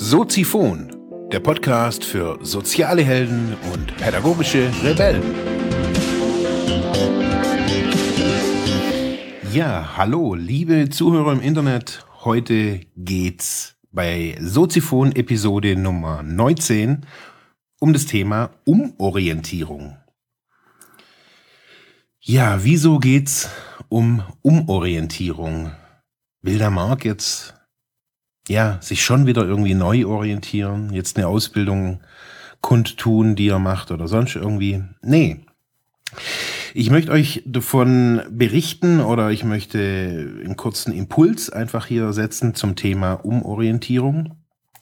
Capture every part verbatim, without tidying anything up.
Soziphon, der Podcast für soziale Helden und pädagogische Rebellen. Ja, hallo, liebe Zuhörer im Internet. Heute geht's bei Soziphon Episode Nummer neunzehn um das Thema Umorientierung. Ja, wieso geht's um Umorientierung? Will der Marc jetzt ja sich schon wieder irgendwie neu orientieren, jetzt eine Ausbildung kundtun, die er macht oder sonst irgendwie? Nee. Ich möchte euch davon berichten oder ich möchte einen kurzen Impuls einfach hier setzen zum Thema Umorientierung,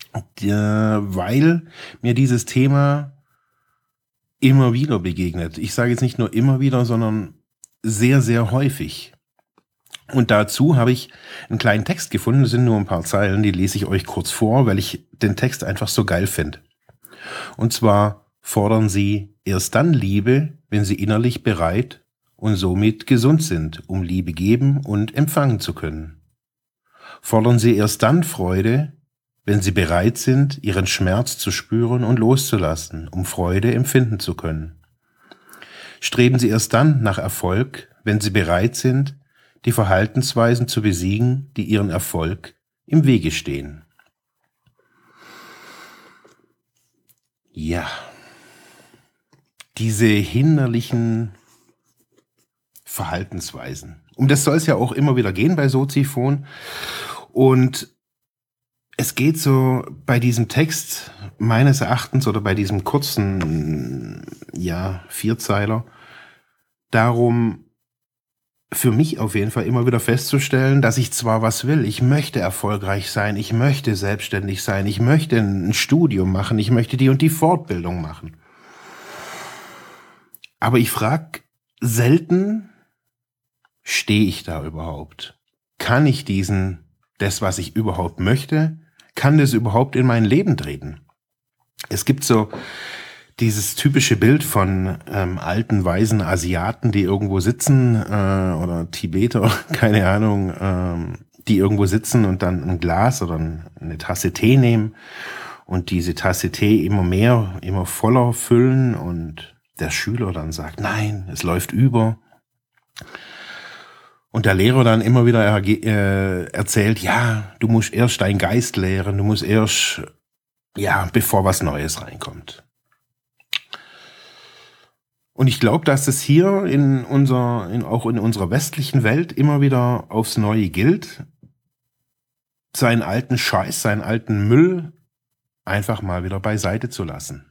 weil mir dieses Thema immer wieder begegnet. Ich sage jetzt nicht nur immer wieder, sondern sehr, sehr häufig. Und dazu habe ich einen kleinen Text gefunden, das sind nur ein paar Zeilen, die lese ich euch kurz vor, weil ich den Text einfach so geil finde. Und zwar fordern Sie erst dann Liebe, wenn Sie innerlich bereit und somit gesund sind, um Liebe geben und empfangen zu können. Fordern Sie erst dann Freude, wenn Sie bereit sind, Ihren Schmerz zu spüren und loszulassen, um Freude empfinden zu können. Streben Sie erst dann nach Erfolg, wenn Sie bereit sind, die Verhaltensweisen zu besiegen, die Ihren Erfolg im Wege stehen. Ja, diese hinderlichen Verhaltensweisen. Um das soll es ja auch immer wieder gehen bei Soziphon. Und es geht so bei diesem Text meines Erachtens oder bei diesem kurzen, ja, Vierzeiler darum, für mich auf jeden Fall immer wieder festzustellen, dass ich zwar was will, ich möchte erfolgreich sein, ich möchte selbstständig sein, ich möchte ein Studium machen, ich möchte die und die Fortbildung machen. Aber ich frage selten, stehe ich da überhaupt? Kann ich diesen, das, was ich überhaupt möchte, kann das überhaupt in mein Leben treten? Es gibt so dieses typische Bild von ähm, alten, weisen Asiaten, die irgendwo sitzen, äh, oder Tibeter, keine Ahnung, ähm, die irgendwo sitzen und dann ein Glas oder eine Tasse Tee nehmen und diese Tasse Tee immer mehr, immer voller füllen und der Schüler dann sagt, nein, es läuft über. Und der Lehrer dann immer wieder erge- äh, erzählt, ja, du musst erst deinen Geist lehren, du musst erst, ja, bevor was Neues reinkommt. Und ich glaube, dass es hier in unser, in, auch in unserer westlichen Welt immer wieder aufs Neue gilt, seinen alten Scheiß, seinen alten Müll einfach mal wieder beiseite zu lassen.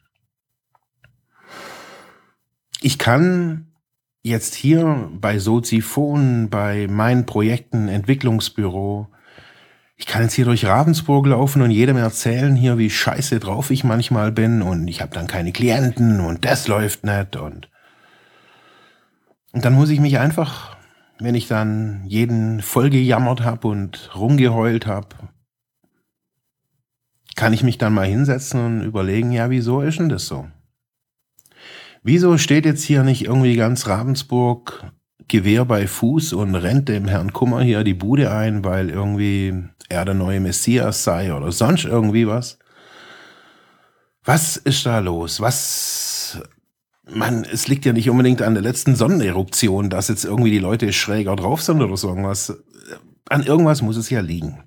Ich kann jetzt hier bei Soziphon, bei meinen Projekten, Entwicklungsbüro, ich kann jetzt hier durch Ravensburg laufen und jedem erzählen hier, wie scheiße drauf ich manchmal bin und ich habe dann keine Klienten und das läuft nicht und Und dann muss ich mich einfach, wenn ich dann jeden vollgejammert habe und rumgeheult habe, kann ich mich dann mal hinsetzen und überlegen, ja, wieso ist denn das so? Wieso steht jetzt hier nicht irgendwie ganz Ravensburg Gewehr bei Fuß und rennt dem Herrn Kummer hier die Bude ein, weil irgendwie er der neue Messias sei oder sonst irgendwie was? Was ist da los? Was... Man, es liegt ja nicht unbedingt an der letzten Sonneneruption, dass jetzt irgendwie die Leute schräger drauf sind oder so irgendwas. An irgendwas muss es ja liegen.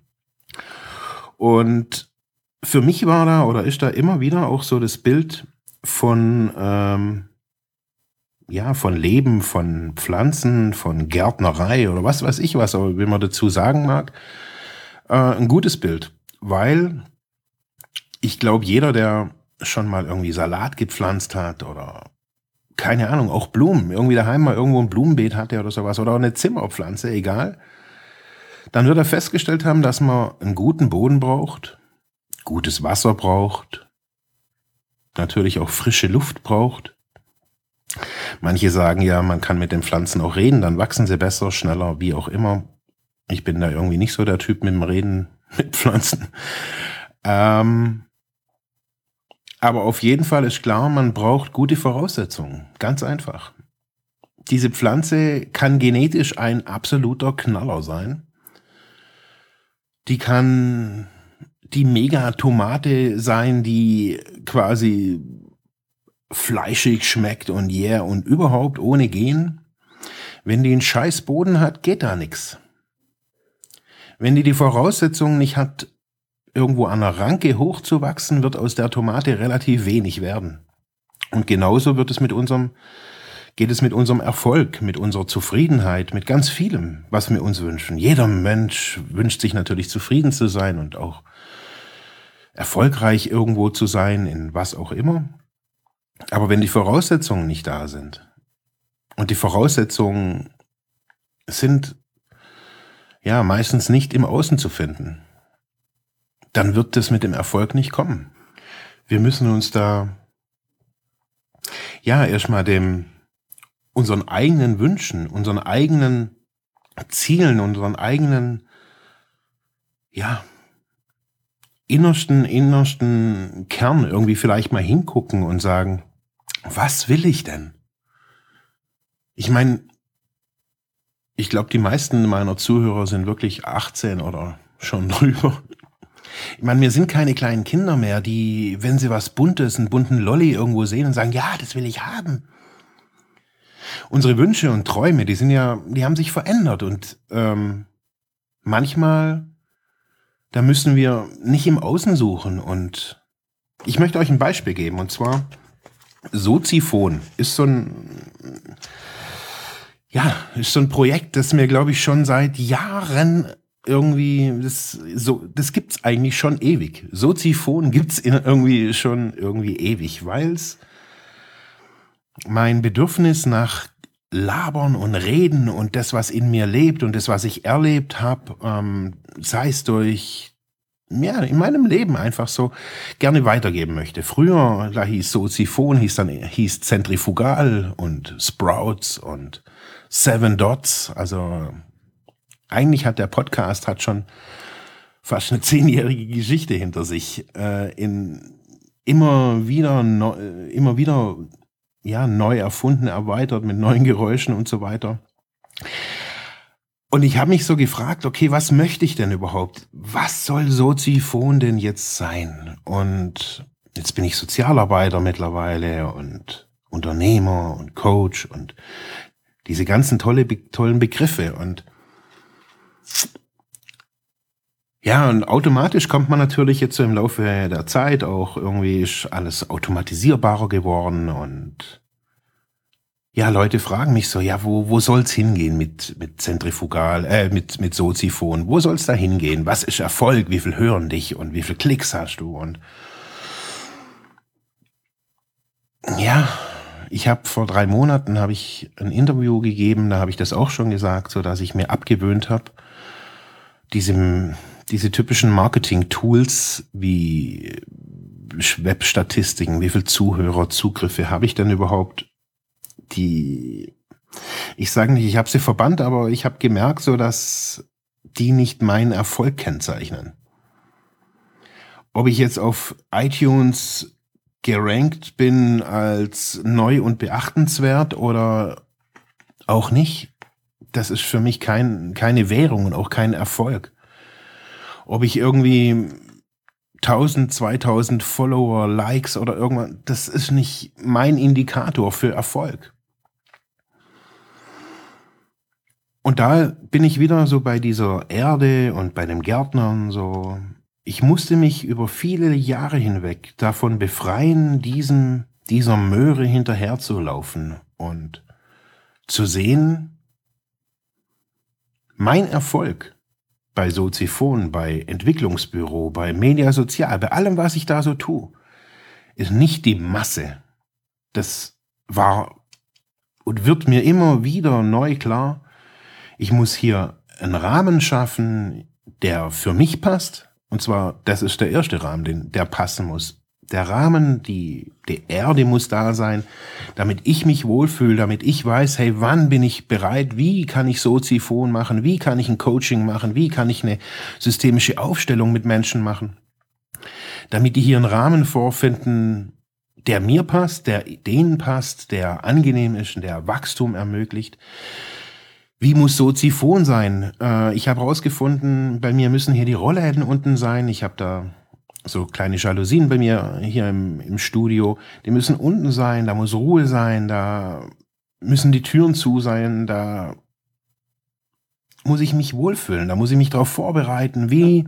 Und für mich war da oder ist da immer wieder auch so das Bild von, ähm, ja, von Leben, von Pflanzen, von Gärtnerei oder was weiß ich was, aber wenn man dazu sagen mag, äh, ein gutes Bild. Weil ich glaube, jeder, der schon mal irgendwie Salat gepflanzt hat oder keine Ahnung, auch Blumen, irgendwie daheim mal irgendwo ein Blumenbeet hatte oder sowas oder eine Zimmerpflanze, egal, dann wird er festgestellt haben, dass man einen guten Boden braucht, gutes Wasser braucht, natürlich auch frische Luft braucht. Manche sagen ja, man kann mit den Pflanzen auch reden, dann wachsen sie besser, schneller, wie auch immer. Ich bin da irgendwie nicht so der Typ mit dem Reden mit Pflanzen. Ähm... Aber auf jeden Fall ist klar, man braucht gute Voraussetzungen. Ganz einfach. Diese Pflanze kann genetisch ein absoluter Knaller sein. Die kann die Mega-Tomate sein, die quasi fleischig schmeckt und yeah und überhaupt ohne Gen. Wenn die einen scheiß Boden hat, geht da nix. Wenn die die Voraussetzungen nicht hat, irgendwo an einer Ranke hochzuwachsen, wird aus der Tomate relativ wenig werden. Und genauso wird es mit unserem, geht es mit unserem Erfolg, mit unserer Zufriedenheit, mit ganz vielem, was wir uns wünschen. Jeder Mensch wünscht sich natürlich zufrieden zu sein und auch erfolgreich irgendwo zu sein, in was auch immer. Aber wenn die Voraussetzungen nicht da sind, und die Voraussetzungen sind ja meistens nicht im Außen zu finden, dann wird das mit dem Erfolg nicht kommen. Wir müssen uns da ja erstmal dem unseren eigenen Wünschen, unseren eigenen Zielen, unseren eigenen ja innersten, innersten Kern irgendwie vielleicht mal hingucken und sagen, was will ich denn? Ich meine, ich glaube, die meisten meiner Zuhörer sind wirklich achtzehn oder schon drüber. Ich meine, wir sind keine kleinen Kinder mehr, die, wenn sie was Buntes, einen bunten Lolli irgendwo sehen und sagen, ja, das will ich haben. Unsere Wünsche und Träume, die sind ja, die haben sich verändert und ähm, manchmal, da müssen wir nicht im Außen suchen. Und ich möchte euch ein Beispiel geben, und zwar Soziphon ist so ein ja, ist so ein Projekt, das mir, glaube ich, schon seit Jahren irgendwie, das, so, das gibt's eigentlich schon ewig. Soziphon gibt's irgendwie schon irgendwie ewig, weil's mein Bedürfnis nach Labern und Reden und das, was in mir lebt und das, was ich erlebt habe, ähm, sei es durch, ja, in meinem Leben einfach so gerne weitergeben möchte. Früher, da hieß Soziphon, hieß dann, hieß Zentrifugal und Sprouts und Seven Dots, also eigentlich hat der Podcast hat schon fast eine zehnjährige Geschichte hinter sich, äh, in immer wieder, neu, immer wieder, ja, neu erfunden, erweitert mit neuen Geräuschen und so weiter. Und ich habe mich so gefragt, okay, was möchte ich denn überhaupt? Was soll Soziphon denn jetzt sein? Und jetzt bin ich Sozialarbeiter mittlerweile und Unternehmer und Coach und diese ganzen tolle, tollen Begriffe und ja, und automatisch kommt man natürlich jetzt so im Laufe der Zeit auch irgendwie ist alles automatisierbarer geworden und ja, Leute fragen mich so, ja, wo, wo soll's hingehen mit, mit Zentrifugal, äh, mit, mit Soziphon? Wo soll's da hingehen? Was ist Erfolg? Wie viel hören dich und wie viel Klicks hast du? Und ja, ich habe vor drei Monaten habe ich ein Interview gegeben, da habe ich das auch schon gesagt, so dass ich mir abgewöhnt habe, diese, diese typischen Marketing-Tools wie Webstatistiken, wie viel Zuhörer, Zugriffe habe ich denn überhaupt, die, ich sage nicht, ich habe sie verbannt, aber ich habe gemerkt, so dass die nicht meinen Erfolg kennzeichnen. Ob ich jetzt auf iTunes gerankt bin als neu und beachtenswert oder auch nicht, das ist für mich kein, keine Währung und auch kein Erfolg. Ob ich irgendwie tausend, zweitausend Follower, Likes oder irgendwas, das ist nicht mein Indikator für Erfolg. Und da bin ich wieder so bei dieser Erde und bei dem Gärtnern so. Ich musste mich über viele Jahre hinweg davon befreien, diesem, dieser Möhre hinterherzulaufen und zu sehen, mein Erfolg bei Soziphon, bei Entwicklungsbüro, bei Media Sozial, bei allem, was ich da so tue, ist nicht die Masse. Das war und wird mir immer wieder neu klar. Ich muss hier einen Rahmen schaffen, der für mich passt. Und zwar, das ist der erste Rahmen, den, der passen muss. Der Rahmen, die, die Erde muss da sein, damit ich mich wohlfühle, damit ich weiß, hey, wann bin ich bereit, wie kann ich Soziphon machen, wie kann ich ein Coaching machen, wie kann ich eine systemische Aufstellung mit Menschen machen, damit die hier einen Rahmen vorfinden, der mir passt, der denen passt, der angenehm ist und der Wachstum ermöglicht. Wie muss Soziphon sein? Äh, ich habe herausgefunden, bei mir müssen hier die Rollläden unten sein. Ich habe da so kleine Jalousien bei mir hier im, im Studio. Die müssen unten sein, da muss Ruhe sein, da müssen die Türen zu sein, da muss ich mich wohlfühlen, da muss ich mich darauf vorbereiten, wie,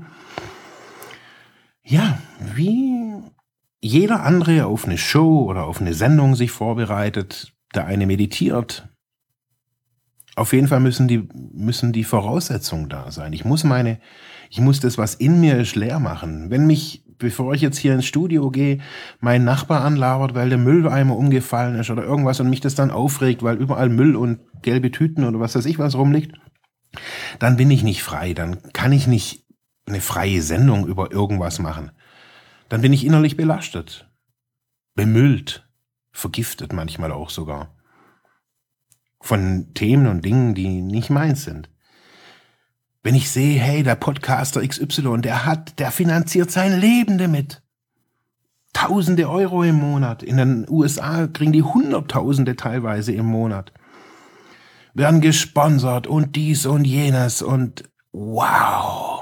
ja, wie jeder andere auf eine Show oder auf eine Sendung sich vorbereitet. Der eine meditiert. Auf jeden Fall müssen die, müssen die Voraussetzungen da sein. Ich muss meine, ich muss das, was in mir ist, leer machen. Wenn mich, bevor ich jetzt hier ins Studio gehe, mein Nachbar anlabert, weil der Mülleimer umgefallen ist oder irgendwas und mich das dann aufregt, weil überall Müll und gelbe Tüten oder was weiß ich was rumliegt, dann bin ich nicht frei. Dann kann ich nicht eine freie Sendung über irgendwas machen. Dann bin ich innerlich belastet, bemüllt, vergiftet manchmal auch sogar. Von Themen und Dingen, die nicht meins sind. Wenn ich sehe, hey, der Podcaster X Y, der hat, der finanziert sein Leben damit. Tausende Euro im Monat. In den U S A kriegen die Hunderttausende teilweise im Monat. Werden gesponsert und dies und jenes und wow.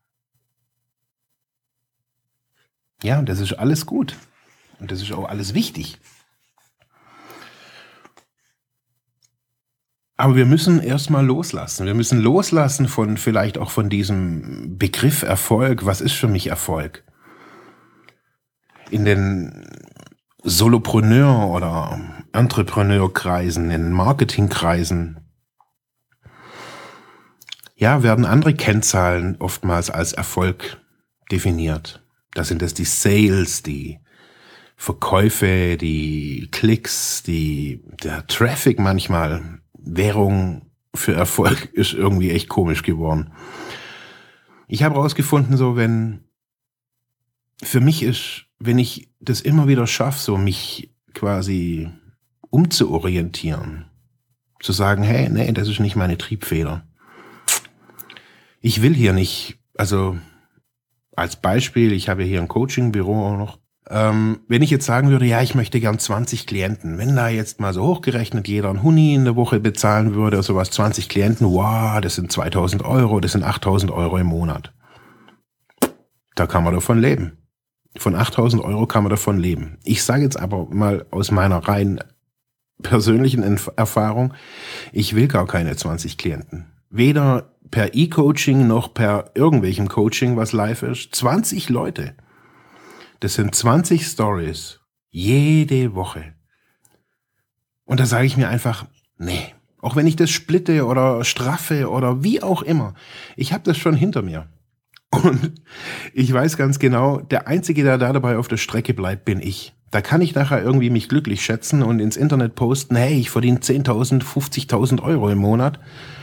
Ja, und das ist alles gut. Und das ist auch alles wichtig. Aber wir müssen erstmal loslassen. Wir müssen loslassen von vielleicht auch von diesem Begriff Erfolg. Was ist für mich Erfolg? In den Solopreneur- oder Entrepreneurkreisen, in Marketingkreisen, ja, werden andere Kennzahlen oftmals als Erfolg definiert. Da sind es die Sales, die Verkäufe, die Klicks, die, der Traffic manchmal. Währung für Erfolg ist irgendwie echt komisch geworden. Ich habe herausgefunden, so wenn, für mich ist, wenn ich das immer wieder schaffe, so mich quasi umzuorientieren, zu sagen, hey, nee, das ist nicht meine Triebfeder. Ich will hier nicht, also als Beispiel, ich habe hier ein Coaching-Büro auch noch. Ähm, wenn ich jetzt sagen würde, ja, ich möchte gern zwanzig Klienten, wenn da jetzt mal so hochgerechnet jeder ein Huni in der Woche bezahlen würde, oder sowas, zwanzig Klienten, wow, das sind zweitausend Euro, das sind achttausend Euro im Monat. Da kann man davon leben. Von achttausend Euro kann man davon leben. Ich sage jetzt aber mal aus meiner rein persönlichen Erfahrung, ich will gar keine zwanzig Klienten. Weder per E-Coaching noch per irgendwelchem Coaching, was live ist. zwanzig Leute. Das sind zwanzig Stories jede Woche. Und da sage ich mir einfach, nee, auch wenn ich das splitte oder straffe oder wie auch immer, ich habe das schon hinter mir. Und ich weiß ganz genau, der Einzige, der da dabei auf der Strecke bleibt, bin ich. Da kann ich nachher irgendwie mich glücklich schätzen und ins Internet posten, hey, ich verdiene zehntausend, fünfzigtausend Euro im Monat.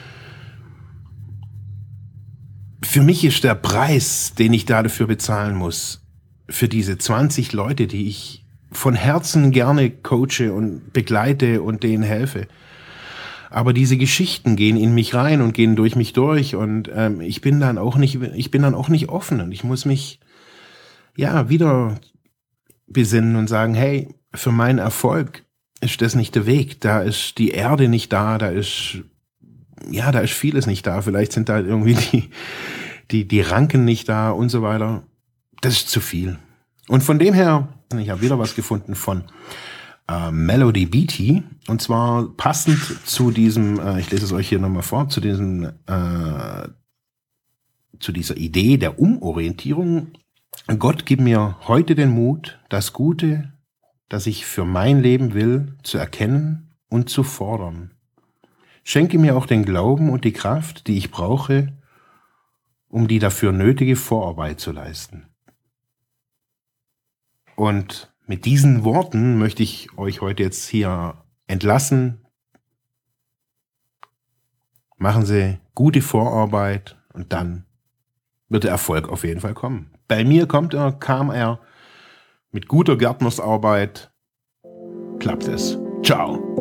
Für mich ist der Preis, den ich da dafür bezahlen muss, für diese zwanzig Leute, die ich von Herzen gerne coache und begleite und denen helfe. Aber diese Geschichten gehen in mich rein und gehen durch mich durch und ähm, ich bin dann auch nicht, ich bin dann auch nicht offen und ich muss mich ja wieder besinnen und sagen, hey, für meinen Erfolg ist das nicht der Weg. Da ist die Erde nicht da, da ist ja, da ist vieles nicht da. Vielleicht sind da irgendwie die die die Ranken nicht da und so weiter. Das ist zu viel. Und von dem her, ich habe wieder was gefunden von äh, Melody Beatty. Und zwar passend zu diesem, äh, ich lese es euch hier nochmal vor, zu diesem, äh, zu dieser Idee der Umorientierung. Gott, gib mir heute den Mut, das Gute, das ich für mein Leben will, zu erkennen und zu fordern. Schenke mir auch den Glauben und die Kraft, die ich brauche, um die dafür nötige Vorarbeit zu leisten. Und mit diesen Worten möchte ich euch heute jetzt hier entlassen. Machen Sie gute Vorarbeit und dann wird der Erfolg auf jeden Fall kommen. Bei mir kommt er, kam er mit guter Gärtnersarbeit. Klappt es. Ciao.